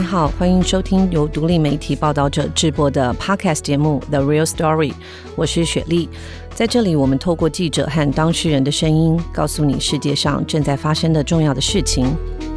好，欢迎收听由独立媒体报道者制播的 Podcast 节目 The Real Story， 我是雪莉。在这里，我们透过记者和当事人的声音，告诉你世界上正在发生的重要的事情。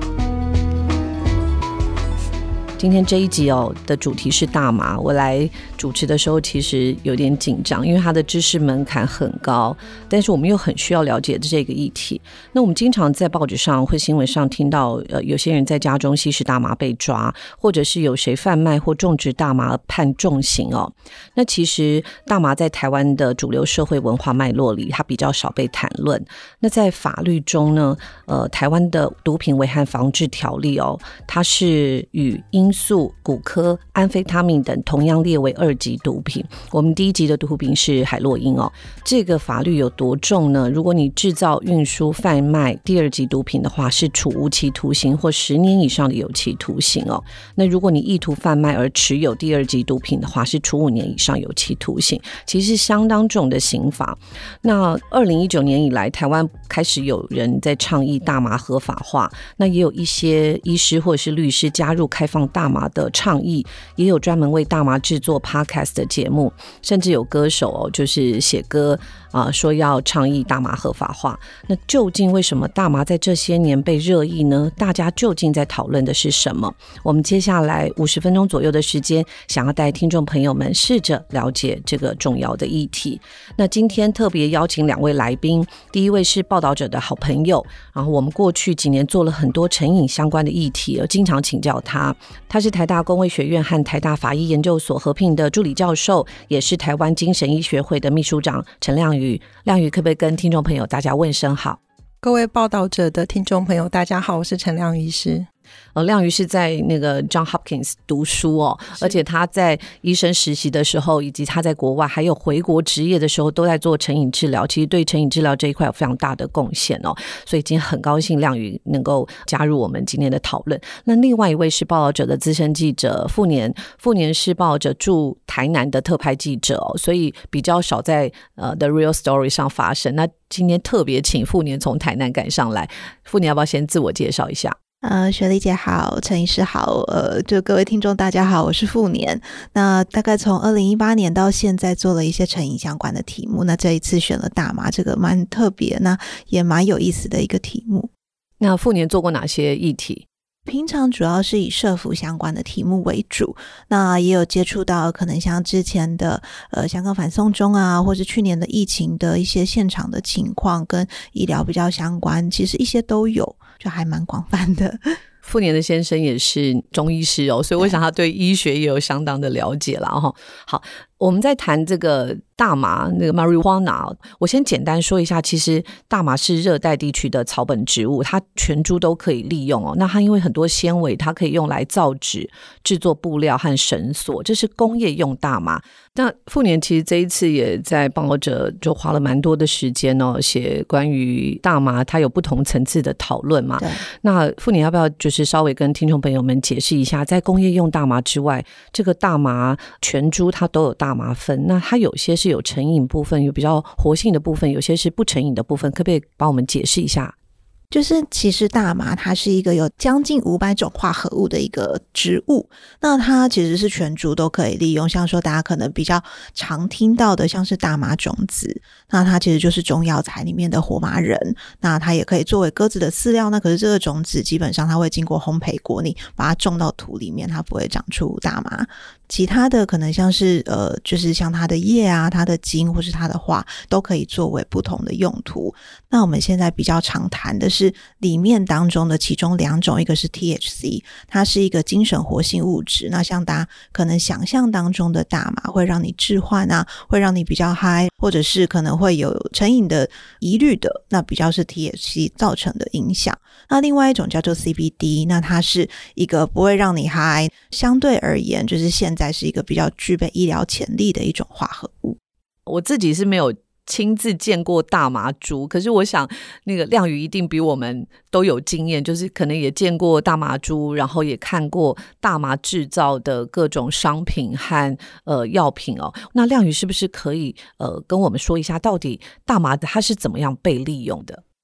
今天这一集的主题是大麻。我来主持的时候其实有点紧张，因为它的知识门槛很高，但是我们又很需要了解这个议题。那我们经常在报纸上或新闻上听到有些人在家中吸食大麻被抓，或者是有谁贩卖或种植大麻判重刑那其实大麻在台湾的主流社会文化脉络里，它比较少被谈论。那在法律中呢，台湾的毒品危害防治条例它是与罂粟、古柯、安非他命等同样列为2级毒品。我们第1级的毒品是海洛因这个法律有多重呢？如果你制造、运输、贩卖第2级毒品的话，是处无期徒刑或10年以上的有期徒刑那如果你意图贩卖而持有第2级毒品的话，是处5年以上有期徒刑，其实相当重的刑罚。那2019年以来，台湾开始有人在倡议大麻合法化，那也有一些医师或者是律师加入开放大麻的倡议，也有专门为大麻制作 podcast 的节目，甚至有歌手就是写歌说要倡议大麻合法化。那究竟为什么大麻在这些年被热议呢？大家究竟在讨论的是什么？我们接下来50分钟左右的时间，想要带听众朋友们试着了解这个重要的议题。那今天特别邀请2位来宾，第一位是报道者的好朋友，然后我们过去几年做了很多成瘾相关的议题，而经常请教他。他是台大公卫学院和台大法医研究所合聘的助理教授，也是台湾精神医学会的秘书长陈亮宇。亮宇可不可以跟听众朋友大家问声好？ 各位报道者的听众朋友大家好，我是陈亮宇医师。 亮宇是在那个 John Hopkins 读书而且他在医生实习的时候，以及他在国外还有回国执业的时候，都在做成瘾治疗，其实对成瘾治疗这一块有非常大的贡献所以今天很高兴亮宇能够加入我们今天的讨论。那另外一位是报道者的资深记者傅年是报道者驻台南的特派记者所以比较少在The Real Story 上发生。那今天特别请傅年从台南赶上来，傅年要不要先自我介绍一下？ 雪莉姐好，陈医师好，就各位听众大家好，我是傅年。那大概从2018年到现在做了一些成瘾相关的题目，那这一次选了大麻，这个蛮特别，那也蛮有意思的一个题目。 那傅年做过哪些议题？ 平常主要是以社福相关的题目为主，那也有接触到可能像之前的香港反送中或是去年的疫情的一些现场的情况跟医疗比较相关，其实一些都有，就还蛮广泛的。 傅年的先生也是中医师所以我想他对医学也有相当的了解了好，我们在谈这个大麻那个 marijuana， 我先简单说一下，其实大麻是热带地区的草本植物，它全株都可以利用那它因为很多纤维，它可以用来造纸、制作布料和绳索，这是工业用大麻。那傅年其实这一次也在报道者就花了蛮多的时间写关于大麻它有不同层次的讨论嘛。那傅年要不要就是稍微跟听众朋友们解释一下，在工业用大麻之外，这个大麻全株它都有大麻酚，那它有些是有成瘾部分，有比较活性的部分，有些是不成瘾的部分，可不可以帮我们解释一下？ 就是其实大麻它是一个有将近500种化合物的一个植物，那它其实是全株都可以利用，像说大家可能比较常听到的像是大麻种子，那它其实就是中药材里面的活麻仁，那它也可以作为鸽子的饲料，那可是这个种子基本上它会经过烘焙过，你把它种到土里面，它不会长出大麻。其他的可能像是就是像它的叶它的茎或是它的花都可以作为不同的用途。那我们现在比较常谈的是里面当中的其中2种，一个是 THC， 它是一个精神活性物质，那像大家可能想象当中的大麻会让你致幻会让你比较嗨，或者是可能会有成瘾的疑虑的，那比较是 THC 造成的影响。那另外一种叫做 CBD， 那它是一个不会让你嗨，相对而言就是现在是一个比较具备医疗潜力的一种化合物。 我自己是没有亲自见过大麻株，可是我想那个亮宇一定比我们都有经验，就是可能也见过大麻株，然后也看过大麻制造的各种商品和药品哦。那亮宇是不是可以跟我们说一下，到底大麻它是怎么样被利用的？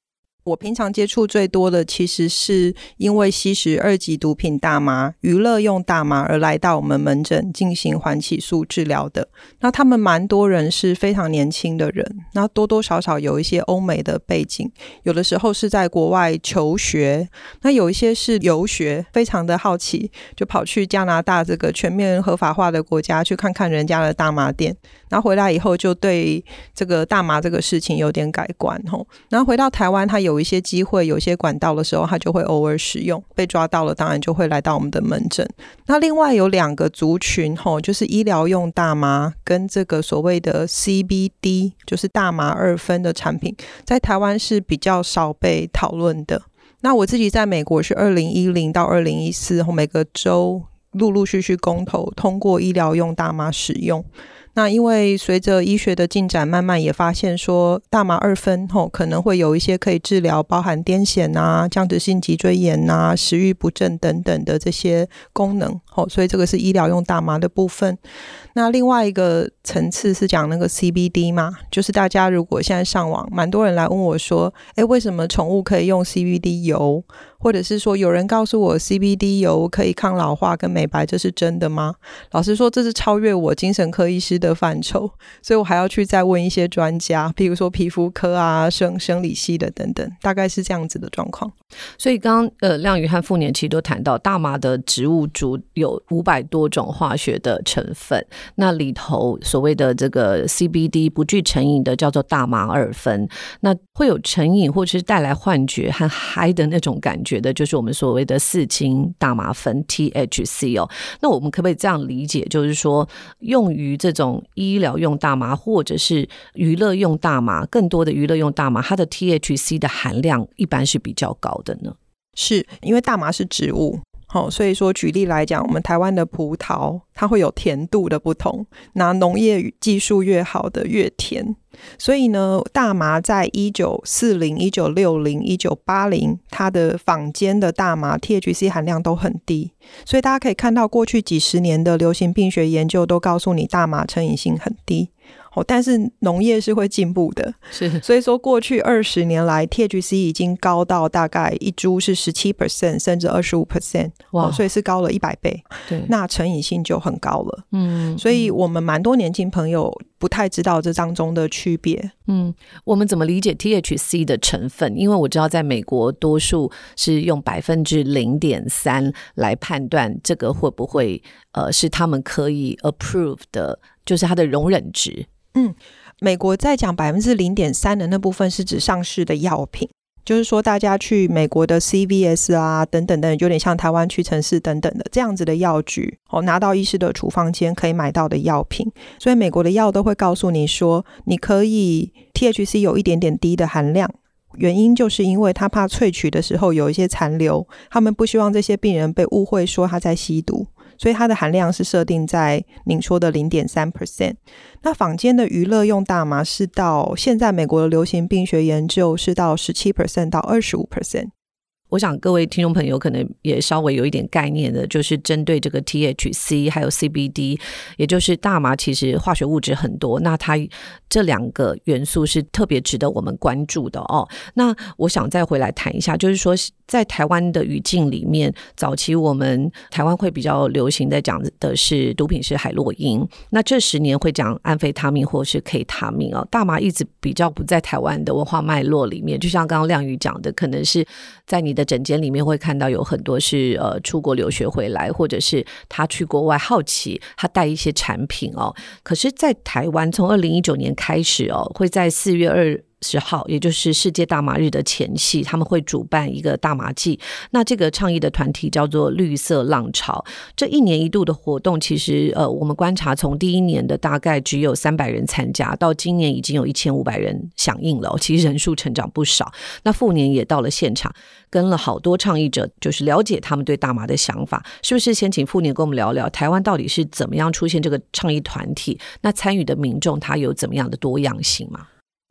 我平常接触最多的其实是因为吸食2级毒品大麻、娱乐用大麻而来到我们门诊进行缓起诉治疗的。那他们蛮多人是非常年轻的人，那多多少少有一些欧美的背景，有的时候是在国外求学，那有一些是游学，非常的好奇，就跑去加拿大这个全面合法化的国家去看看人家的大麻店，然后回来以后就对这个大麻这个事情有点改观。然后回到台湾，他有一些机会有一些管道的时候，他就会偶尔使用，被抓到了当然就会来到我们的门诊。那另外有2个族群，就是医疗用大麻跟这个所谓的 CBD， 就是大麻2酚的产品，在台湾是比较少被讨论的。那我自己在美国是2010到2014每个州陆陆续续公投通过医疗用大麻使用。那因为随着医学的进展，慢慢也发现说大麻2酚可能会有一些可以治疗包含癫痫啊、僵直性脊椎炎啊、食欲不振等等的这些功能，所以这个是医疗用大麻的部分。那另外一个层次是讲那个 CBD 嘛，就是大家如果现在上网，蛮多人来问我说为什么宠物可以用 CBD 油，或者是说有人告诉我 CBD 油可以抗老化跟美白，这是真的吗？老实说这是超越我精神科医师的范畴，所以我还要去再问一些专家，譬如说皮肤科啊、生理系的等等，大概是这样子的状况。 所以刚刚亮宇和富年其实都谈到大麻的植物株有500多种化学的成分，那里头所谓的这个 CBD 不具成瘾的叫做大麻2酚，那会有成瘾或者是带来幻觉和嗨的那种感觉的就是我们所谓的4氢大麻酚 THC 那我们可不可以这样理解，就是说用于这种医疗用大麻或者是娱乐用大麻，更多的娱乐用大麻它的 THC 的含量一般是比较高的呢？ 是因为大麻是植物，所以说举例来讲，我们台湾的葡萄它会有甜度的不同，那农业技术越好的越甜，所以呢大麻在1940、1960、1980它的坊间的大麻 THC 含量都很低，所以大家可以看到过去几十年的流行病学研究都告诉你大麻成瘾性很低，但是农业是会进步的， 是， 所以说过去20年来 THC 已经高到大概一株是 17% 甚至 25%，所以是高了100倍， 对， 那成瘾性就很高了。所以我们蛮多年轻朋友不太知道这当中的区别。 我们怎么理解 THC 的成分？因为我知道在美国多数是用 0.3% 来判断这个会不会是他们可以 approve 的，就是它的容忍值。 美国在讲 0.3% 的那部分是指上市的药品，就是说大家去美国的 CVS 啊等等等，有点像台湾屈臣氏等等的这样子的药局，拿到医师的处方签可以买到的药品，所以美国的药都会告诉你说你可以 THC 有一点点低的含量，原因就是因为他怕萃取的时候有一些残留，他们不希望这些病人被误会说他在吸毒，所以它的含量是设定在您说的 0.3%。 那坊间的娱乐用大麻是到现在美国的流行病学研究是到 17% 到 25%。 我想各位听众朋友可能也稍微有一点概念的，就是针对这个 THC 还有 CBD， 也就是大麻其实化学物质很多，那它这2个元素是特别值得我们关注的那我想再回来谈一下，就是说在台湾的语境里面，早期我们台湾会比较流行在讲的是毒品是海洛因，那这10年会讲安非他命或是 K 他命大麻一直比较不在台湾的文化脉络里面，就像刚刚亮宇讲的，可能是在你的诊间里面会看到有很多是出国留学回来，或者是他去国外好奇，他带一些产品可是在台湾从2019年开始会在4月20号，也就是世界大麻日的前夕，他们会主办一个大麻季，那这个倡议的团体叫做绿色浪潮。这1年1度的活动，其实我们观察从第1年的大概只有300人参加，到今年已经有1500人响应了其实人数成长不少。那富年也到了现场，跟了好多倡议者，就是了解他们对大麻的想法。是不是先请富年跟我们聊聊台湾到底是怎么样出现这个倡议团体，那参与的民众他有怎么样的多样性吗？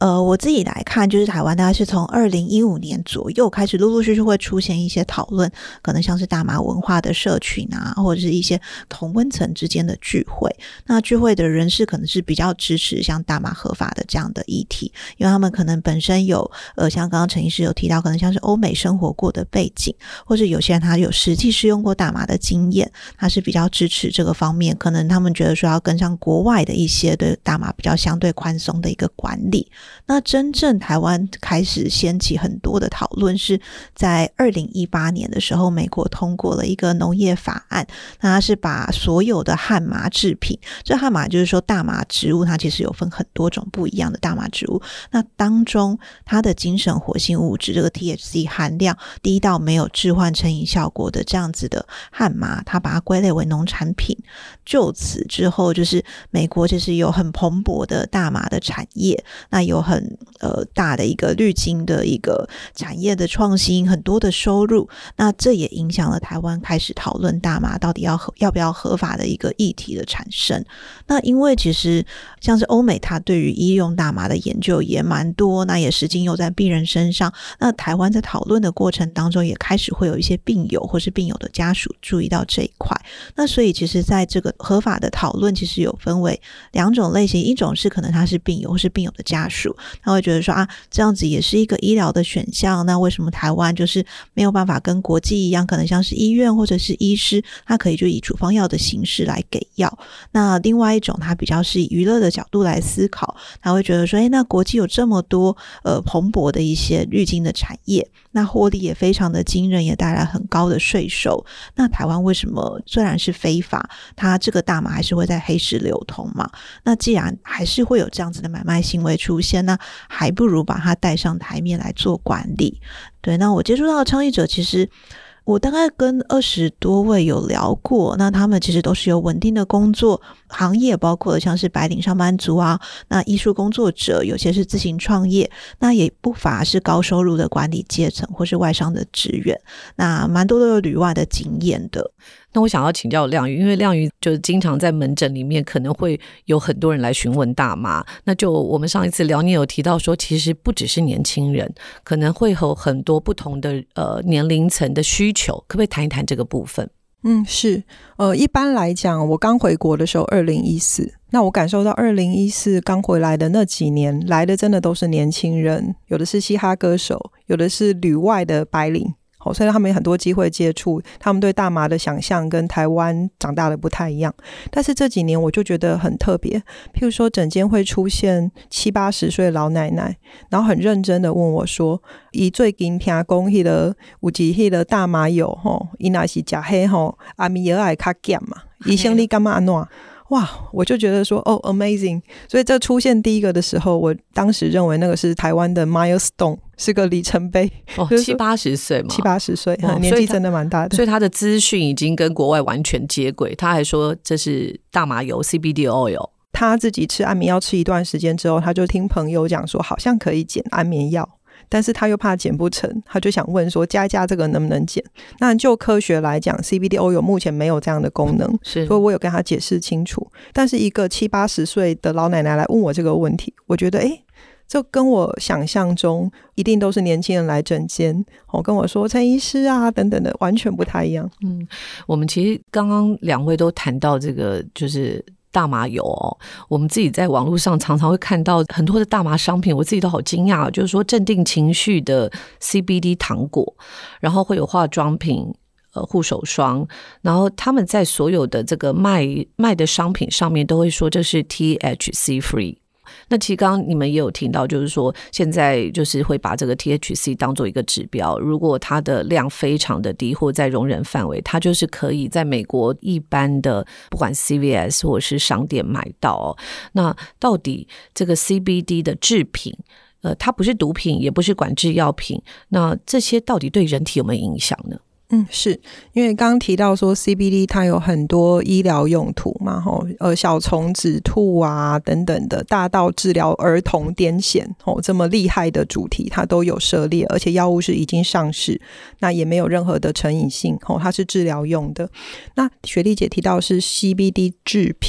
我自己来看，就是台湾大概是从2015年左右开始陆陆续续会出现一些讨论，可能像是大麻文化的社群啊，或者是一些同温层之间的聚会。那聚会的人士可能是比较支持像大麻合法的这样的议题，因为他们可能本身有像刚刚陈医师有提到，可能像是欧美生活过的背景，或是有些人他有实际使用过大麻的经验，他是比较支持这个方面，可能他们觉得说要跟上国外的一些对大麻比较相对宽松的一个管理。那真正台湾开始掀起很多的讨论是在2018年的时候，美国通过了一个农业法案，那它是把所有的旱麻制品，这旱麻就是说大麻植物它其实有分很多种不一样的大麻植物，那当中它的精神活性物质这个 THC 含量低到没有致幻成瘾效果的这样子的旱麻，它把它归类为农产品。就此之后，就是美国就是有很蓬勃的大麻的产业，那有很大的一个绿金的一个产业的创新，很多的收入，那这也影响了台湾开始讨论大麻到底要不要合法的一个议题的产生。那因为其实像是欧美它对于医用大麻的研究也蛮多，那也实际用在病人身上，那台湾在讨论的过程当中也开始会有一些病友或是病友的家属注意到这一块。那所以其实在这个合法的讨论其实有分为2种类型，一种是可能他是病友或是病友的家属，他会觉得说这样子也是一个医疗的选项，那为什么台湾就是没有办法跟国际一样，可能像是医院或者是医师他可以就以处方药的形式来给药。那另外一种他比较是以娱乐的角度来思考，他会觉得说那国际有这么多蓬勃的一些绿金的产业，那获利也非常的惊人，也带来很高的税收，那台湾为什么虽然是非法，它这个大麻还是会在黑市流通嘛？那既然还是会有这样子的买卖行为出现，那还不如把它带上台面来做管理。对，那我接触到的倡议者，其实我大概跟20多位有聊过，那他们其实都是有稳定的工作，行业包括了像是白领上班族啊，那艺术工作者，有些是自行创业，那也不乏是高收入的管理阶层或是外商的职员，那蛮多都有旅外的经验的。 那我想要请教亮宇，因为亮宇就是经常在门诊里面可能会有很多人来询问大麻，那就我们上一次聊你有提到说其实不只是年轻人，可能会有很多不同的年龄层的需求，可不可以谈一谈这个部分？ 是一般来讲我刚回国的时候2014，那我感受到2014刚回来的那几年来的真的都是年轻人，有的是嘻哈歌手，有的是旅外的白领，所以他们有很多机会接触，他们对大麻的想象跟台湾长大的不太一样。但是这几年我就觉得很特别，譬如说整间会出现70-80岁的老奶奶，然后很认真的问我说，他最近听说有一个大麻油他如是吃那个安眠药会较咸嘛，医生你感觉怎样？哇，我就觉得说amazing。 所以这出现第一个的时候，我当时认为那个是台湾的 milestone， 是个里程碑。 70-80岁嘛 ，70-80岁，年纪真的蛮大的。 所以他的资讯已经跟国外完全接轨，他还说这是大麻油 CBD oil。 他自己吃安眠药吃一段时间之后，他就听朋友讲说好像可以减安眠药，但是他又怕减不成，他就想问说加一加这个能不能减。那就科学来讲 CBD oil 目前没有这样的功能，所以我有跟他解释清楚。但是一个70-80岁的老奶奶来问我这个问题，我觉得这跟我想象中一定都是年轻人来诊间跟我说陈医师啊等等的，完全不太一样。 我们其实刚刚2位都谈到这个就是大麻油我们自己在网络上常常会看到很多的大麻商品，我自己都好惊讶就是说镇定情绪的 CBD 糖果，然后会有化妆品护手霜，然后他们在所有的这个卖的商品上面都会说这是 THC free。那其实刚刚你们也有听到，就是说现在就是会把这个 THC 当做一个指标，如果它的量非常的低或在容忍范围，它就是可以在美国一般的不管 CVS 或者是商店买到那到底这个 CBD 的制品它不是毒品也不是管制药品，那这些到底对人体有没有影响呢？ 是因为刚刚提到说 CBD 它有很多医疗用途嘛，小虫止吐啊等等的，大到治疗儿童癫痫这么厉害的主题它都有涉猎，而且药物是已经上市，那也没有任何的成瘾性它是治疗用的。那雪莉姐提到是 CBD 制品，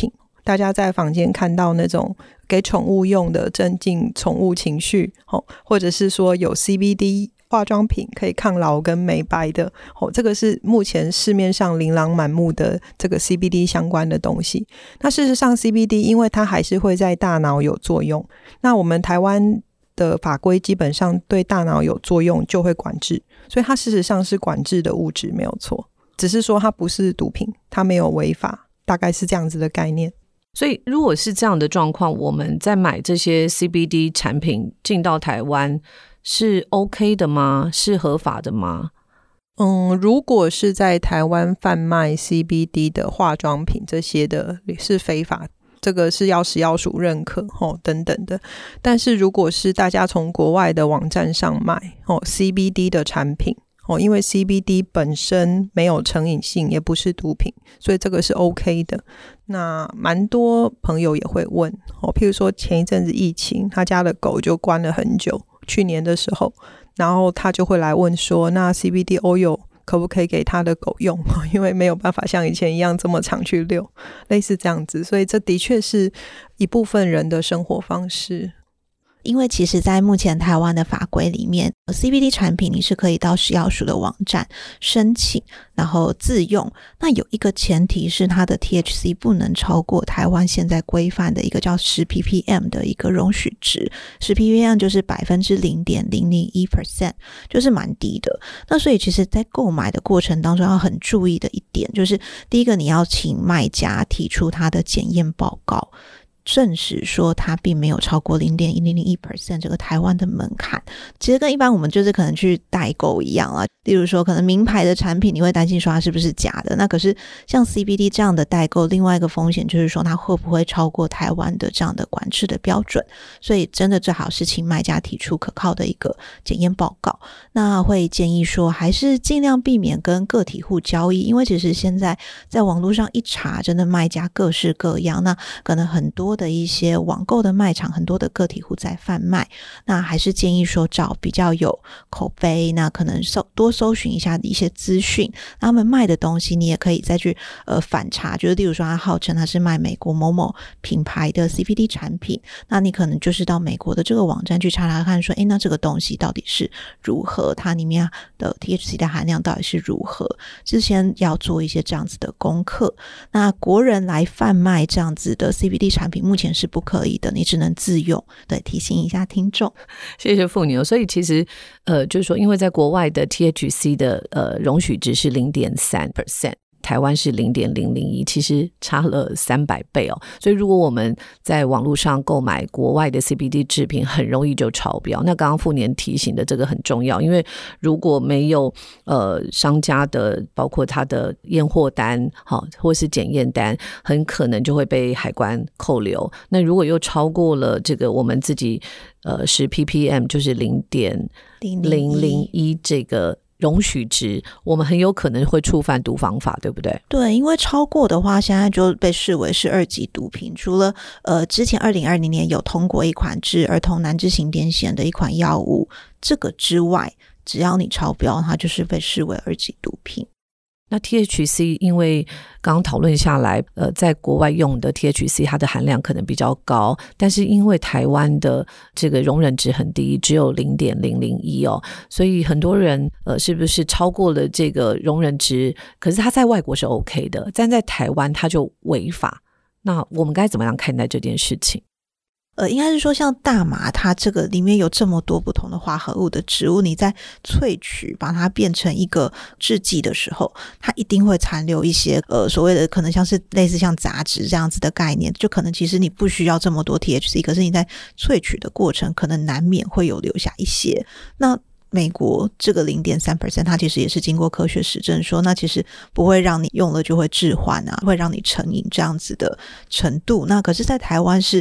大家在房间看到那种给宠物用的镇静宠物情绪，或者是说有 CBD 化妆品可以抗老跟美白的，这个是目前市面上琳琅满目的这个 CBD 相关的东西。那事实上 CBD 因为它还是会在大脑有作用，那我们台湾的法规基本上对大脑有作用就会管制，所以它事实上是管制的物质没有错，只是说它不是毒品，它没有违法，大概是这样子的概念。 所以如果是这样的状况，我们在买这些 CBD 产品进到台湾是 OK 的吗？是合法的吗？ 如果是在台湾贩卖 CBD 的化妆品这些的是非法，这个是要食药署认可等等的。但是如果是大家从国外的网站上买CBD 的产品，因为 CBD 本身没有成瘾性，也不是毒品，所以这个是 OK 的。那蛮多朋友也会问譬如说前一阵子疫情，他家的狗就关了很久，去年的时候，然后他就会来问说，那 CBD oil 可不可以给他的狗用，因为没有办法像以前一样这么常去遛，类似这样子。所以这的确是一部分人的生活方式。 因为其实在目前台湾的法规里面， CBD 产品你是可以到食药署的网站申请然后自用，那有一个前提是它的 THC 不能超过台湾现在规范的一个叫10 ppm 的一个容许值， 10 ppm 就是 0.001%， 就是蛮低的。那所以其实在购买的过程当中要很注意的一点就是第一个，你要请卖家提出他的检验报告，证实说它并没有超过 0.101% 这个台湾的门槛。其实跟一般我们就是可能去代购一样啦，例如说可能名牌的产品你会担心说它是不是假的，那可是像 CBD 这样的代购，另外一个风险就是说它会不会超过台湾的这样的管制的标准，所以真的最好是请卖家提出可靠的一个检验报告。那会建议说还是尽量避免跟个体户交易，因为其实现在在网络上一查，真的卖家各式各样，那可能很多的一些网购的卖场，很多的个体户在贩卖，那还是建议说找比较有口碑，那可能多搜寻一下一些资讯，他们卖的东西你也可以再去反查，就是例如说他号称他是卖美国某某品牌的 CBD 产品，那你可能就是到美国的这个网站去查查看说那这个东西到底是如何，它里面的 THC 的含量到底是如何，之前要做一些这样子的功课。那国人来贩卖这样子的 CBD 产品目前是不可以的，你只能自用，对，提醒一下听众。 谢谢妇女。所以其实就是说因为在国外的 THC 的容许值是 0.3%，台湾是 0.001， 其实差了300倍所以如果我们在网络上购买国外的 CBD 制品，很容易就超标。那刚刚妇女提醒的这个很重要，因为如果没有商家的包括他的验货单或是检验单，很可能就会被海关扣留。那如果又超过了这个我们自己10 ppm 就是 0.001 这个容许值，我们很有可能会触犯毒防法，对不对？ 对，因为超过的话现在就被视为是2级毒品。除了之前2020年有通过一款治儿童难治型癫痫的一款药物，这个之外只要你超标，它就是被视为2级毒品。 那 THC 因为刚刚讨论下来在国外用的 THC 它的含量可能比较高，但是因为台湾的这个容忍值很低，只有 0.001 所以很多人是不是超过了这个容忍值，可是它在外国是 OK 的，但在台湾它就违法。那我们该怎么样看待这件事情？ 应该是说像大麻，它这个里面有这么多不同的化合物的植物，你在萃取把它变成一个制剂的时候，它一定会残留一些所谓的可能像是类似像杂质这样子的概念，就可能其实你不需要这么多 THC， 可是你在萃取的过程可能难免会有留下一些。那美国这个 0.3% 它其实也是经过科学实证说，那其实不会让你用了就会致幻会让你成瘾这样子的程度。那可是在台湾是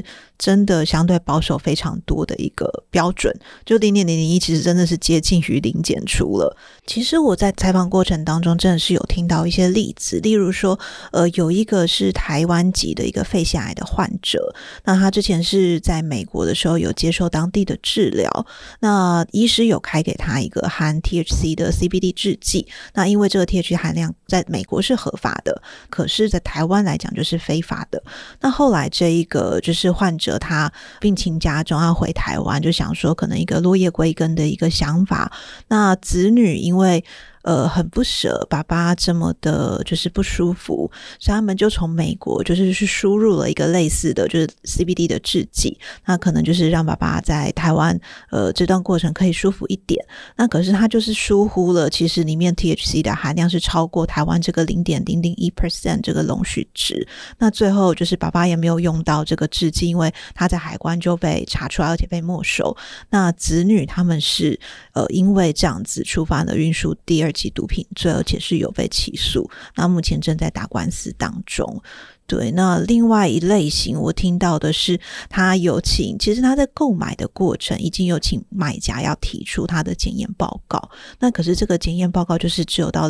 真的相对保守非常多的一个标准，就0.001其实真的是接近于零检出了。其实我在采访过程当中真的是有听到一些例子，例如说有一个是台湾籍的一个肺腺癌的患者，那他之前是在美国的时候有接受当地的治疗，那医师有开给他一个含 THC 的 CBD 制剂，那因为这个 THC 含量在美国是合法的，可是在台湾来讲就是非法的。那后来这一个就是患者他病情加重要回台湾，就想说可能一个落叶归根的一个想法，那子女因为很不舍爸爸这么的就是不舒服，所以他们就从美国就是去输入了一个类似的就是 CBD 的制剂，那可能就是让爸爸在台湾这段过程可以舒服一点。那可是他就是疏忽了其实里面 THC 的含量是超过台湾这个 0.001% 这个容许值，那最后就是爸爸也没有用到这个制剂，因为他在海关就被查出来而且被没收。那子女他们是因为这样子触犯了运输第2级毒品罪，而且是有被起诉，那目前正在打官司当中。对，那另外一类型我听到的是他有请，其实他在购买的过程已经有请买家要提出他的检验报告，那可是这个检验报告就是只有到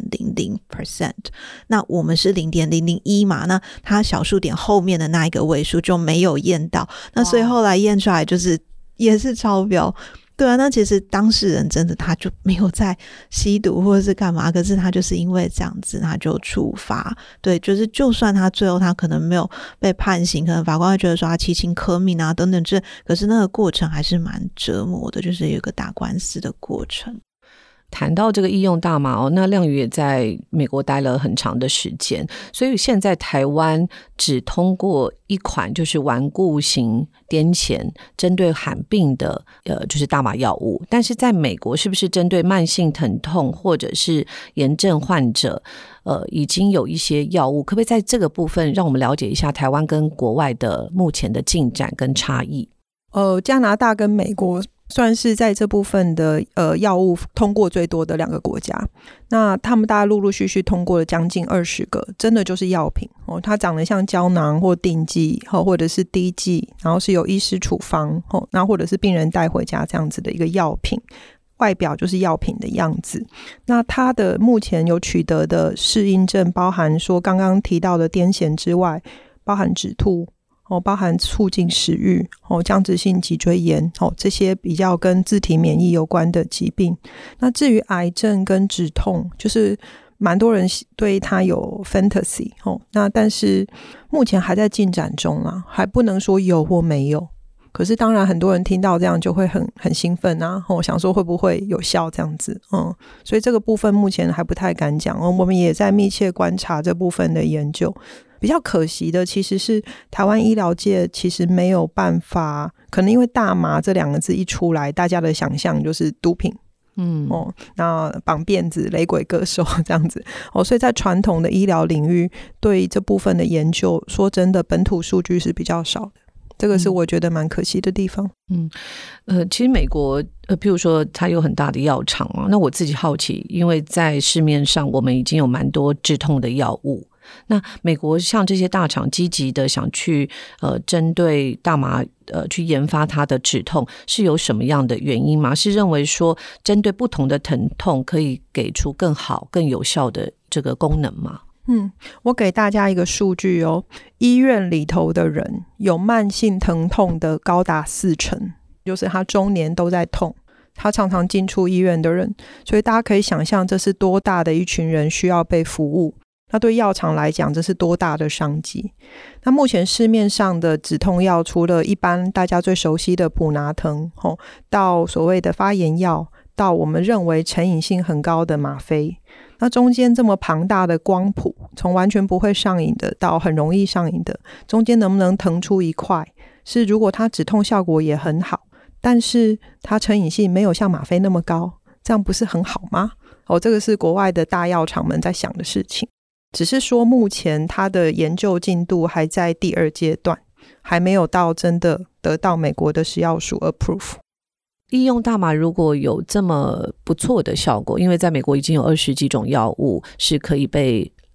0.00%， 那我们是 0.001 嘛，那他小数点后面的那一个位数就没有验到，那所以后来验出来就是也是超标。对啊，那其实当事人真的他就没有在吸毒或者是干嘛，可是他就是因为这样子他就处罚。对，就是就算他最后他可能没有被判刑，可能法官会觉得说他其情可悯啊等等这，可是那个过程还是蛮折磨的，就是有一个打官司的过程。 谈到这个医用大麻那亮宇也在美国待了很长的时间，所以现在台湾只通过一款就是顽固型癫痫针对罕病的就是大麻药物，但是在美国是不是针对慢性疼痛或者是炎症患者已经有一些药物，可不可以在这个部分让我们了解一下台湾跟国外的目前的进展跟差异？ 加拿大跟美国算是在这部分的药物通过最多的2个国家，那他们大概陆陆续续通过了将近20个，真的就是药品它长得像胶囊或定剂或者是滴剂，然后是有医师处方然后或者是病人带回家这样子的一个药品，外表就是药品的样子。那它的目前有取得的适应症包含说刚刚提到的癫痫之外，包含止吐包含促进食欲僵直性脊椎炎这些比较跟自体免疫有关的疾病。那至于癌症跟止痛，就是蛮多人对它有 fantasy 那但是目前还在进展中啦，还不能说有或没有。可是当然很多人听到这样就会很兴奋啊想说会不会有效这样子所以这个部分目前还不太敢讲我们也在密切观察这部分的研究。比较可惜的其实是台湾医疗界其实没有办法，可能因为大麻这2个字一出来，大家的想象就是毒品那绑辫子雷鬼歌手这样子所以在传统的医疗领域对这部分的研究说真的本土数据是比较少的，这个是我觉得蛮可惜的地方。 其实美国譬如说它有很大的药厂那我自己好奇，因为在市面上我们已经有蛮多止痛的药物，那美国像这些大厂积极的想去针对大麻去研发它的止痛，是有什么样的原因吗？是认为说针对不同的疼痛可以给出更好更有效的这个功能吗？ 我给大家一个数据医院里头的人有慢性疼痛的高达40%，就是他中年都在痛，他常常进出医院的人，所以大家可以想象这是多大的一群人需要被服务，那对药厂来讲这是多大的商机。那目前市面上的止痛药除了一般大家最熟悉的普拿疼到所谓的发炎药，到我们认为成瘾性很高的吗啡，那中间这么庞大的光谱，从完全不会上瘾的到很容易上瘾的，中间能不能腾出一块是如果它止痛效果也很好，但是它成瘾性没有像吗啡那么高，这样不是很好吗？这个是国外的大药厂们在想的事情，只是说目前它的研究进度还在第2阶段，还没有到真的得到美国的食药署 approve。 医用大麻如果有这么不错的效果，因为在美国已经有20几种药物是可以被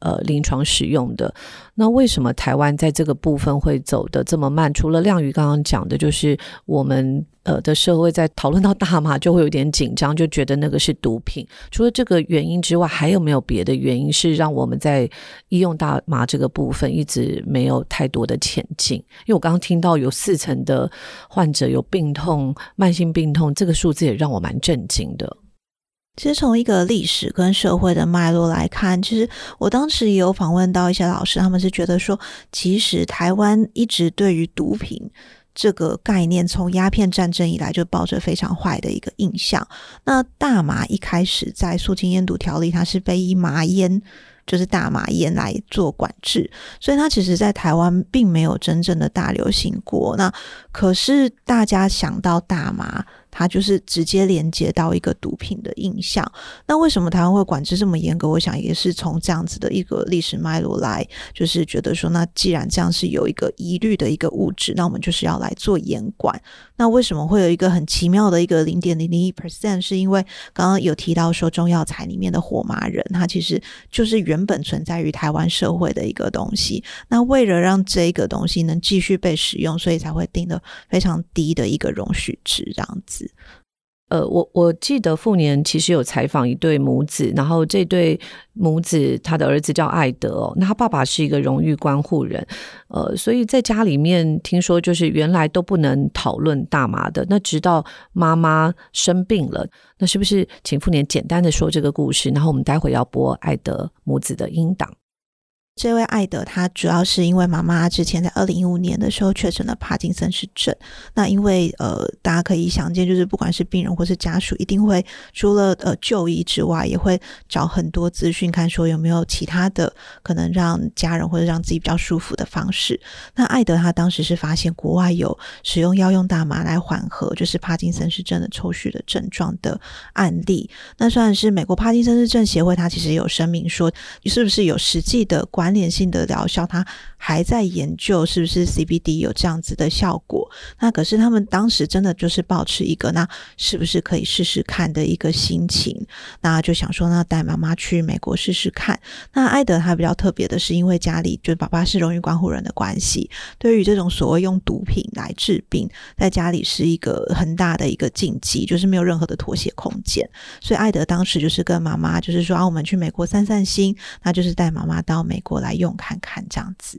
临床使用的。那为什么台湾在这个部分会走得这么慢？除了亮瑜刚刚讲的，就是我们的社会在讨论到大麻就会有点紧张，就觉得那个是毒品。除了这个原因之外，还有没有别的原因是让我们在医用大麻这个部分一直没有太多的前进？因为我刚刚听到有40%的患者有病痛，慢性病痛，这个数字也让我蛮震惊的。 其实从一个历史跟社会的脉络来看，其实我当时也有访问到一些老师，他们是觉得说，其实台湾一直对于毒品这个概念从鸦片战争以来就抱着非常坏的一个印象。那大麻一开始在肃清烟毒条例，它是被以麻烟，就是大麻烟来做管制，所以它其实在台湾并没有真正的大流行过。那可是大家想到大麻，它就是直接连接到一个毒品的印象。那为什么台湾会管制这么严格？我想也是从这样子的一个历史脉络来，就是觉得说，那既然这样是有一个疑虑的一个物质，那我们就是要来做严管。那为什么会有一个很奇妙的一个 0.001%？ 是因为刚刚有提到说中药材里面的火麻仁，它其实就是原本存在于台湾社会的一个东西。那为了让这个东西能继续被使用，所以才会定的非常低的一个容许值这样子。 我记得复年其实有采访一对母子，然后这对母子他的儿子叫艾德那他爸爸是一个荣誉关护人，所以在家里面听说就是原来都不能讨论大麻的，那直到妈妈生病了，那是不是请复年简单的说这个故事，然后我们待会要播艾德母子的音档。 这位艾德他主要是因为妈妈之前在2015年的时候确诊了帕金森氏症。那因为大家可以想见，就是不管是病人或是家属，一定会除了就医之外，也会找很多资讯，看说有没有其他的可能让家人或者让自己比较舒服的方式。那艾德他当时是发现国外有使用药用大麻来缓和就是帕金森氏症的抽搐的症状的案例。那虽然是美国帕金森氏症协会，他其实有声明说是不是有实际的关联性的疗效，他还在研究是不是 CBD 有这样子的效果。那可是他们当时真的就是抱持一个那是不是可以试试看的一个心情，那就想说那带妈妈去美国试试看。那艾德他比较特别的是，因为家里就爸爸是荣誉关护人的关系，对于这种所谓用毒品来治病，在家里是一个很大的一个禁忌，就是没有任何的妥协空间。所以艾德当时就是跟妈妈就是说我们去美国散散心，那就是带妈妈到美国来用看看这样子。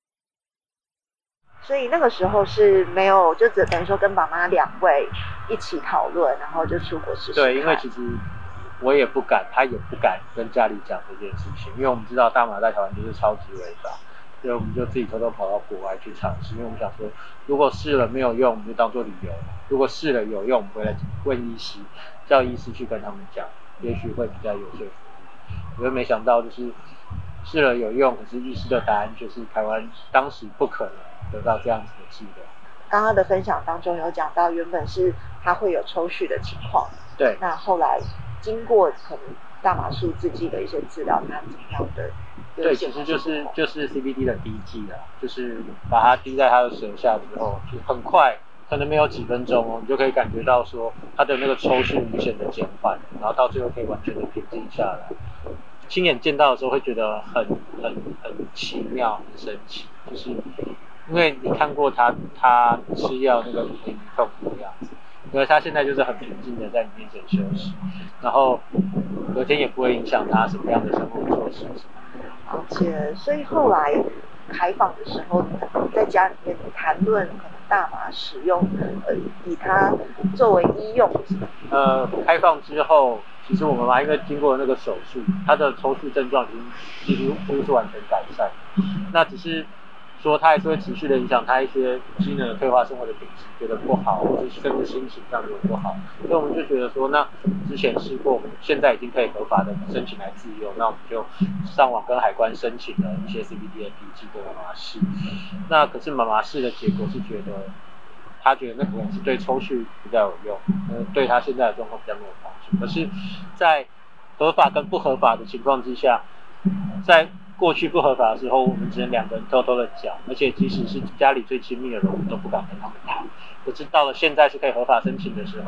所以那个时候是没有，就只等于说跟爸妈两位一起讨论，然后就出国试试看。 对，因为其实我也不敢，他也不敢跟家里讲这件事情，因为我们知道大麻在台湾就是超级违法，所以我们就自己偷偷跑到国外去尝试。因为我们想说，如果试了没有用，我们就当做旅游；如果试了有用，我们回来问医师，叫医师去跟他们讲，也许会比较有说服力。我又没想到，就是试了有用，可是医师的答案就是台湾当时不可能得到这样子的治疗。 刚刚的分享当中有讲到，原本是他会有抽搐的情况， 对， 那后来经过可能大麻素制剂的一些治疗，它怎么样的？ 对，其实就是 CBD 的滴剂啦，就是把它滴在他的舌下之后，就很快，可能没有几分钟你就可以感觉到说他的那个抽搐明显的减缓，然后到最后可以完全的平静下来。亲眼见到的时候会觉得很奇妙，很神奇，就是因为你看过他吃药那个很痛苦的样子，因为他现在就是很平静的在你面前休息，然后隔天也不会影响他什么样的生活作息。 而且，所以后来开放的时候，在家里面谈论可能大麻使用，以它作为医用。 开放之后，其实我妈妈因为经过那个手术，她的抽搐症状已经几乎是完全改善。那只是说她还是会持续的影响她一些机能的退化、生活的品质觉得不好，或者甚至心情上觉得不好。所以我们就觉得说，那之前试过，现在已经可以合法的申请来自用，那我们就上网跟海关申请了一些 CBD 的滴剂给妈妈试。那可是妈妈试的结果是觉得，他觉得那可能是对抽搐比较有用，对他现在的状况比较没有帮助。可是，在合法跟不合法的情况之下，在过去不合法的时候，我们只能两个人偷偷的讲，而且即使是家里最亲密的人，我们都不敢跟他们谈。可是到了现在是可以合法申请的时候，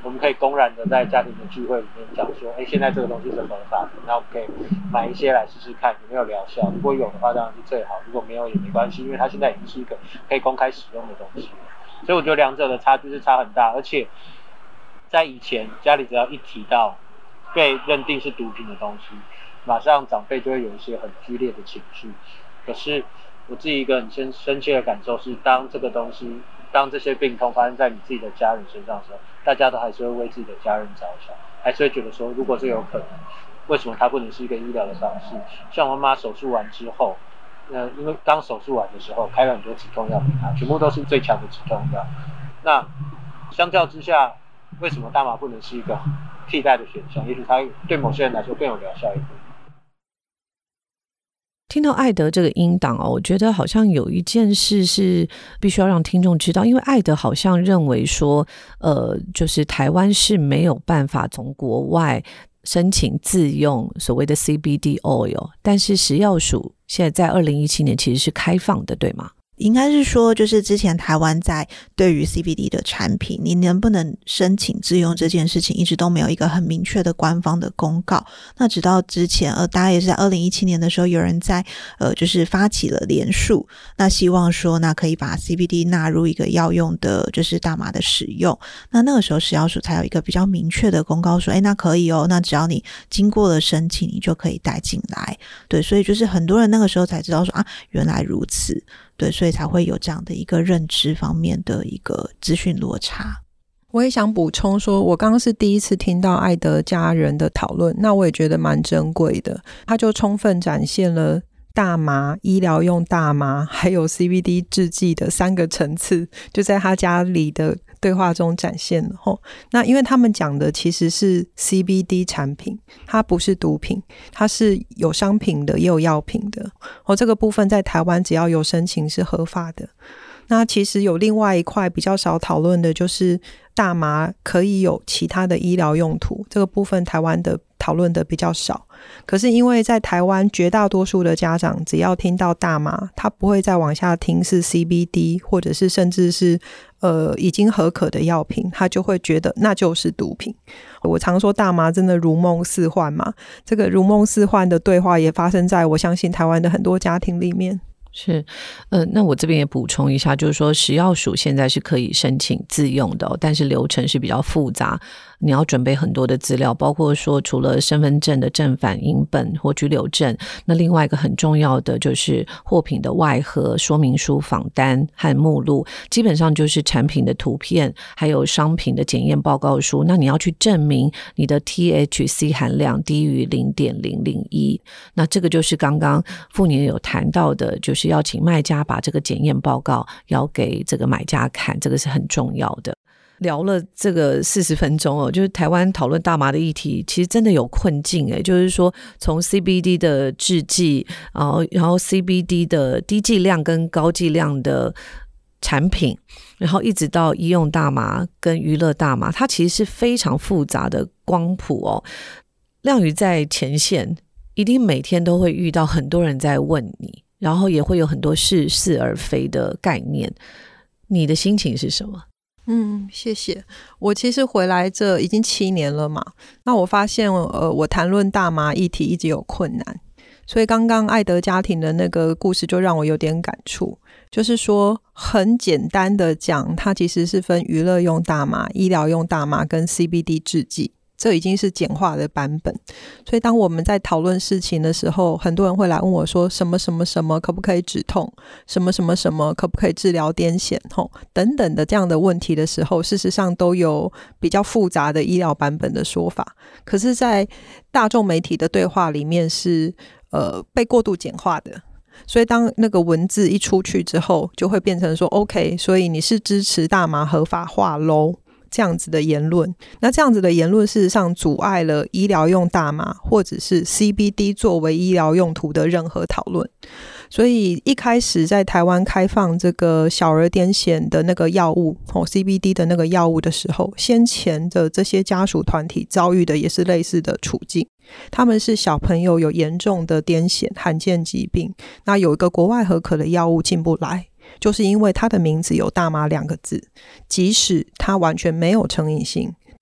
我们可以公然的在家庭的聚会里面讲说，现在这个东西是合法的，那我们可以买一些来试试看有没有疗效，如果有的话当然是最好，如果没有也没关系，因为它现在已经是一个可以公开使用的东西，所以我觉得两者的差距是差很大，而且在以前家里只要一提到被认定是毒品的东西，马上长辈就会有一些很剧烈的情绪。可是我自己一个很深切的感受是，当这些病痛发生在你自己的家人身上的时候，大家都还是会为自己的家人着想，还是会觉得说，如果这有可能，为什么它不能是一个医疗的方式？像我妈妈手术完之后，因为刚手术完的时候开了很多止痛药给她，全部都是最强的止痛药。那相较之下，为什么大麻不能是一个替代的选项？也许它对某些人来说更有疗效一点。 听到艾德这个音档我觉得好像有一件事是必须要让听众知道，因为艾德好像认为说就是台湾是没有办法从国外申请自用所谓的 CBD oil， 但是食药署现在在2017年其实是开放的，对吗？ 应该是说，就是之前台湾在对于 CBD 的产品，你能不能申请自用这件事情，一直都没有一个很明确的官方的公告。那直到之前，大家也是在2017年的时候，有人在就是发起了联署，那希望说，那可以把 CBD 纳入一个药用的，就是大麻的使用。那个时候食药署才有一个比较明确的公告说，那可以那只要你经过了申请，你就可以带进来。对，所以就是很多人那个时候才知道说原来如此。对，所以才会有这样的一个认知方面的一个资讯落差。 我也想补充说，我刚刚是第一次听到艾德家人的讨论，那我也觉得蛮珍贵的，他就充分展现了大麻、医疗用大麻还有 CBD 制剂的3个层次，就在他家里的对话中展现了。那因为他们讲的其实是 CBD 产品，它不是毒品，它是有商品的也有药品的。这个部分在台湾只要有申请是合法的。那其实有另外一块比较少讨论的，就是大麻可以有其他的医疗用途，这个部分台湾的讨论的比较少。可是因为在台湾绝大多数的家长只要听到大麻，他不会再往下听是 CBD 或者是甚至是已经合可的药品，他就会觉得那就是毒品。我常说大麻真的如梦似幻嘛，这个如梦似幻的对话也发生在我相信台湾的很多家庭里面。 是，那我这边也补充一下，就是说食药署现在是可以申请自用的但是流程是比较复杂，你要准备很多的资料，包括说除了身份证的正反影本或居留证，那另外一个很重要的就是货品的外盒、说明书、访单和目录，基本上就是产品的图片还有商品的检验报告书，那你要去证明你的 THC 含量低于 0.001， 那这个就是刚刚妇女有谈到的，就是要请卖家把这个检验报告要给这个买家看，这个是很重要的。聊了这个40分钟就是台湾讨论大麻的议题其实真的有困境就是说从 CBD 的制剂然后 CBD 的低剂量跟高剂量的产品，然后一直到医用大麻跟娱乐大麻，它其实是非常复杂的光谱亮宇在前线一定每天都会遇到很多人在问你，然后也会有很多似是而非的概念，你的心情是什么？ 谢谢。我其实回来这已经7年了嘛，那我发现我谈论大麻议题一直有困难，所以刚刚艾德家庭的那个故事就让我有点感触，就是说很简单的讲，它其实是分娱乐用大麻、医疗用大麻跟 CBD 制剂，这已经是简化的版本。所以当我们在讨论事情的时候，很多人会来问我说什么什么什么可不可以止痛，什么什么什么可不可以治疗癫痫等等的这样的问题的时候，事实上都有比较复杂的医疗版本的说法，可是在大众媒体的对话里面是被过度简化的，所以当那个文字一出去之后，就会变成说 OK， 所以你是支持大麻合法化咯，这样子的言论。那这样子的言论事实上阻碍了医疗用大麻或者是 CBD 作为医疗用途的任何讨论。所以一开始在台湾开放这个小儿癫痫的那个药物CBD 的那个药物的时候，先前的这些家属团体遭遇的也是类似的处境，他们是小朋友有严重的癫痫罕见疾病，那有一个国外合可的药物进不来，就是因为它的名字有大麻2个字，即使它完全没有成瘾性，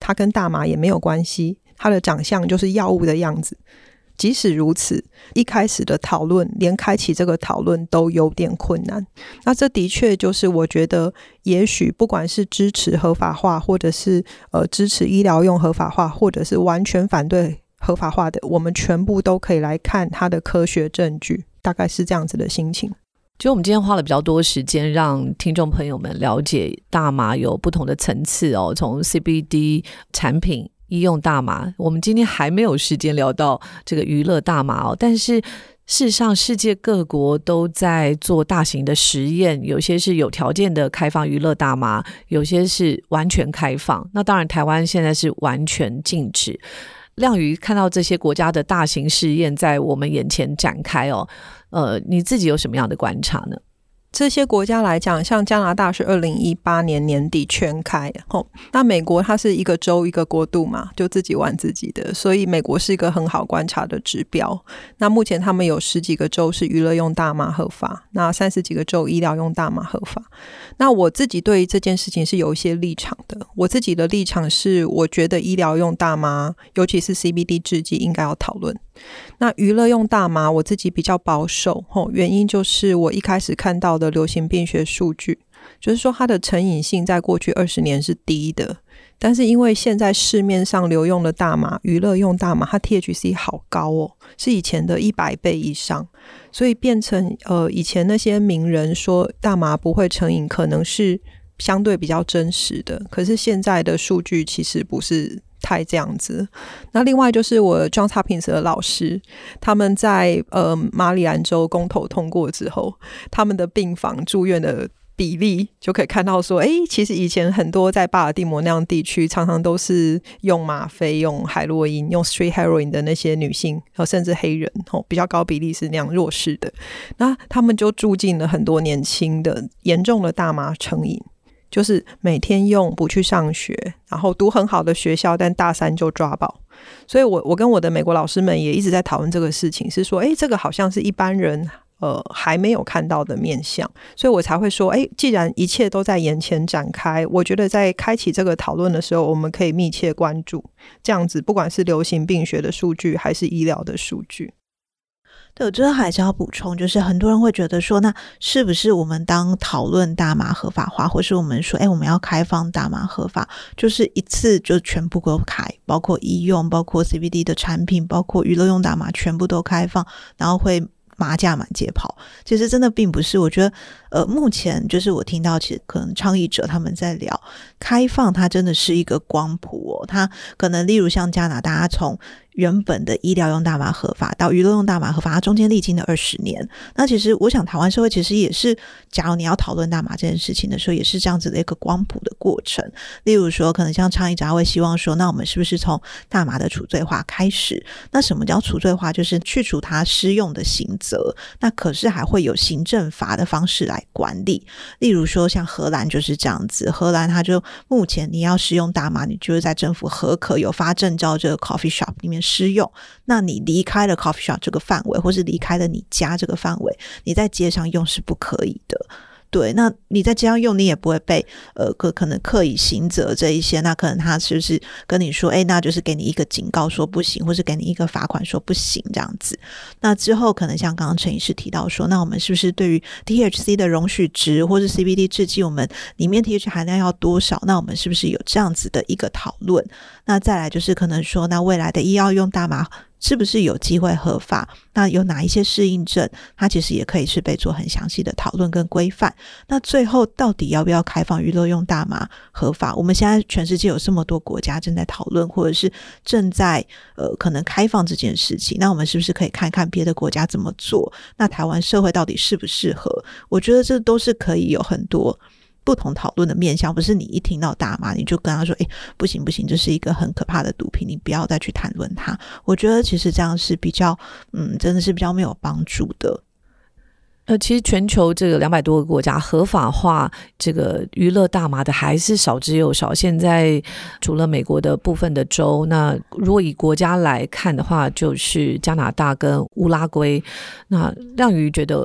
它跟大麻也没有关系，它的长相就是药物的样子。即使如此，一开始的讨论连开启这个讨论都有点困难。那这的确就是我觉得也许不管是支持合法化，或者是支持医疗用合法化，或者是完全反对合法化的，我们全部都可以来看它的科学证据，大概是这样子的心情。 就我们今天花了比较多时间让听众朋友们了解大麻有不同的层次哦，从 CBD 产品医用大麻，我们今天还没有时间聊到这个娱乐大麻哦，但是事实上世界各国都在做大型的实验，有些是有条件的开放娱乐大麻，有些是完全开放，那当然台湾现在是完全禁止。亮瑜看到这些国家的大型试验在我们眼前展开哦，你自己有什么样的观察呢？ 这些国家来讲，像加拿大是2018年年底全开，那美国它是一个州一个国度嘛，就自己玩自己的，所以美国是一个很好观察的指标。那目前他们有10几个州是娱乐用大麻合法，那30几个州医疗用大麻合法。那我自己对于这件事情是有一些立场的，我自己的立场是我觉得医疗用大麻尤其是 CBD 制剂应该要讨论。那娱乐用大麻我自己比较保守，原因就是我一开始看到的流行病学数据，就是说它的成瘾性在过去20年是低的，但是因为现在市面上流用的大麻，娱乐用大麻，它 THC 好高哦，是以前的100倍以上，所以变成以前那些名人说大麻不会成瘾，可能是相对比较真实的，可是现在的数据其实不是太这样子。那另外就是我 Johns Hopkins 的老师，他们在马里兰州公投通过之后，他们的病房住院的比例就可以看到说，其实以前很多在巴尔的摩那样地区常常都是用吗啡、用海洛因、用 street heroin 的那些女性甚至黑人比较高比例是那样弱势的，那他们就住进了很多年轻的严重的大麻成瘾，就是每天用不去上学，然后读很好的学校，但大3就抓饱。所以我跟我的美国老师们也一直在讨论这个事情，是说这个好像是一般人还没有看到的面向，所以我才会说既然一切都在眼前展开，我觉得在开启这个讨论的时候，我们可以密切关注这样子，不管是流行病学的数据还是医疗的数据。 对，我觉得还是要补充，就是很多人会觉得说，那是不是我们当讨论大麻合法化，或是我们说我们要开放大麻合法，就是一次就全部都开，包括医用，包括 CBD 的产品，包括娱乐用大麻全部都开放，然后会麻将满街跑。其实真的并不是，我觉得目前就是我听到其实可能倡议者他们在聊开放，它真的是一个光谱哦，它可能例如像加拿大，它从原本的医疗用大麻合法到娱乐用大麻合法，它中间历经了20年。那其实我想台湾社会其实也是，假如你要讨论大麻这件事情的时候，也是这样子的一个光谱的过程。例如说可能像倡议者会希望说，那我们是不是从大麻的除罪化开始？那什么叫除罪化？就是去除它施用的刑责，那可是还会有行政罚的方式来管理。例如说像荷兰就是这样子，荷兰它就目前你要施用大麻，你就是在政府核可有发证照这个 coffee shop 里面施用，那你离开了 coffee shop 这个范围，或是离开了你家这个范围，你在街上用是不可以的。对，那你在街上用，你也不会被可能刻意刑责这一些，那可能他是不是跟你说那就是给你一个警告说不行，或是给你一个罚款说不行这样子。那之后可能像刚刚陈医师提到说，那我们是不是对于 THC 的容许值，或是 CBD 制剂我们里面 THC 含量要多少，那我们是不是有这样子的一个讨论。那再来就是可能说，那未来的医药用大麻是不是有机会合法，那有哪一些适应症，它其实也可以是被做很详细的讨论跟规范。那最后到底要不要开放娱乐用大麻合法，我们现在全世界有这么多国家正在讨论，或者是正在可能开放这件事情，那我们是不是可以看看别的国家怎么做，那台湾社会到底适不适合。我觉得这都是可以有很多不同讨论的面向，不是你一听到大麻你就跟他说不行不行，这是一个很可怕的毒品，你不要再去谈论它。我觉得其实这样是比较真的是比较没有帮助的。 其实全球这个200多个国家合法化这个娱乐大麻的还是少之又少。现在除了美国的部分的州，那如果以国家来看的话，就是加拿大跟乌拉圭。那亮瑜觉得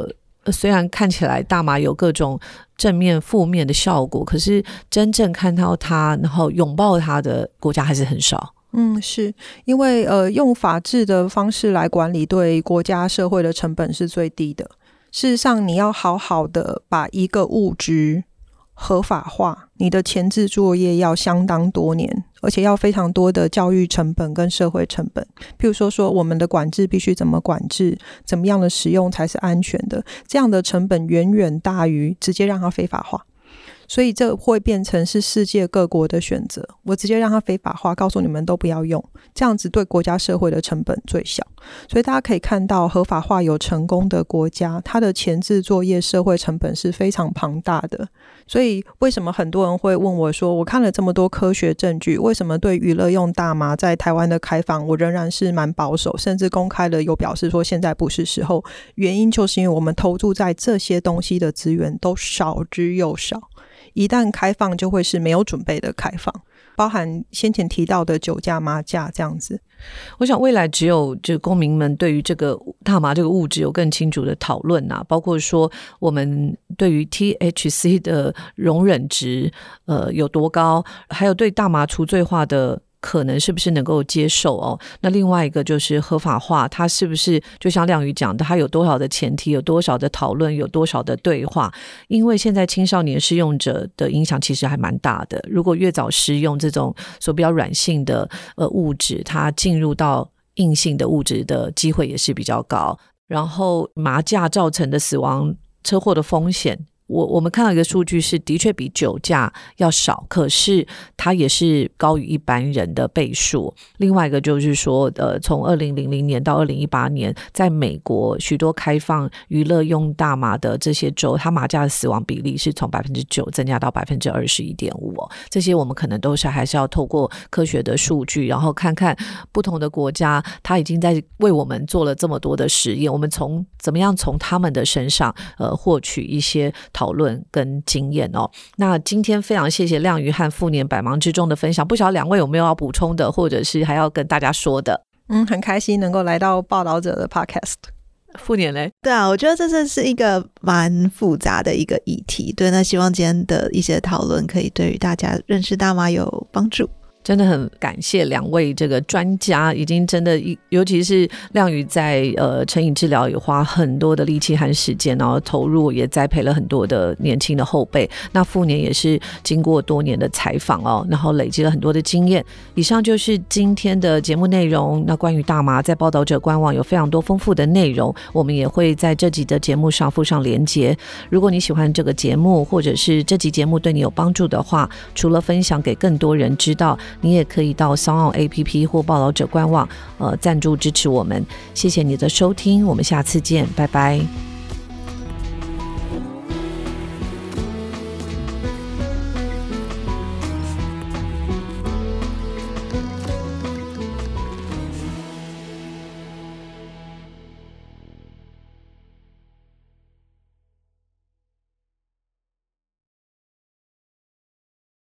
虽然看起来大麻有各种正面负面的效果，可是真正看到它然后拥抱它的国家还是很少。 是因为用法治的方式来管理对国家社会的成本是最低的。事实上你要好好的把一个物质合法化，你的前置作业要相当多年，而且要非常多的教育成本跟社会成本。譬如说我们的管制必须怎么管制，怎么样的使用才是安全的，这样的成本远远大于直接让它非法化。所以这会变成是世界各国的选择，我直接让它非法化，告诉你们都不要用，这样子对国家社会的成本最小。所以大家可以看到合法化有成功的国家，它的前置作业社会成本是非常庞大的。所以为什么很多人会问我说，我看了这么多科学证据，为什么对娱乐用大麻在台湾的开放我仍然是蛮保守，甚至公开的有表示说现在不是时候。原因就是因为我们投注在这些东西的资源都少之又少，一旦开放就会是没有准备的开放，包含先前提到的酒驾麻驾这样子。 我想未来只有这公民们对于这个大麻这个物质有更清楚的讨论啊，包括说我们对于 THC 的容忍值有多高，还有对大麻除罪化的可能是不是能够接受哦？那另外一个就是合法化，它是不是就像亮宇讲的，它有多少的前提，有多少的讨论，有多少的对话？因为现在青少年使用者的影响其实还蛮大的，如果越早使用这种所比较软性的物质，它进入到硬性的物质的机会也是比较高。然后麻驾造成的死亡车祸的风险，我们看到一个数据是的确比酒驾要少，可是它也是高于一般人的倍数。另外一个就是说从2000年到2018年，在美国许多开放娱乐用大麻的这些州，它麻驾的死亡比例是从 9% 增加到 21.5%。这些我们可能都是还是要透过科学的数据，然后看看不同的国家它已经在为我们做了这么多的实验，我们怎么样从他们的身上获取一些讨论跟经验哦。那今天非常谢谢亮宇和富年百忙之中的分享，不晓得两位有没有要补充的，或者是还要跟大家说的？ 很开心能够来到报道者的 podcast。 富年嘞？ 对啊，我觉得这是一个蛮复杂的一个议题。对，那希望今天的一些讨论可以对于大家认识大麻有帮助。 真的很感谢两位这个专家，已经真的尤其是亮宇在成瘾治疗也花很多的力气和时间，然后投入也栽培了很多的年轻的后辈。那富年也是经过多年的采访哦，然后累积了很多的经验。以上就是今天的节目内容。那关于大麻，在报道者官网有非常多丰富的内容，我们也会在这集的节目上附上连结。如果你喜欢这个节目，或者是这集节目对你有帮助的话，除了分享给更多人知道，你也可以到 SoundOn APP 或报道者官网赞助支持我们。谢谢你的收听，我们下次见，拜拜。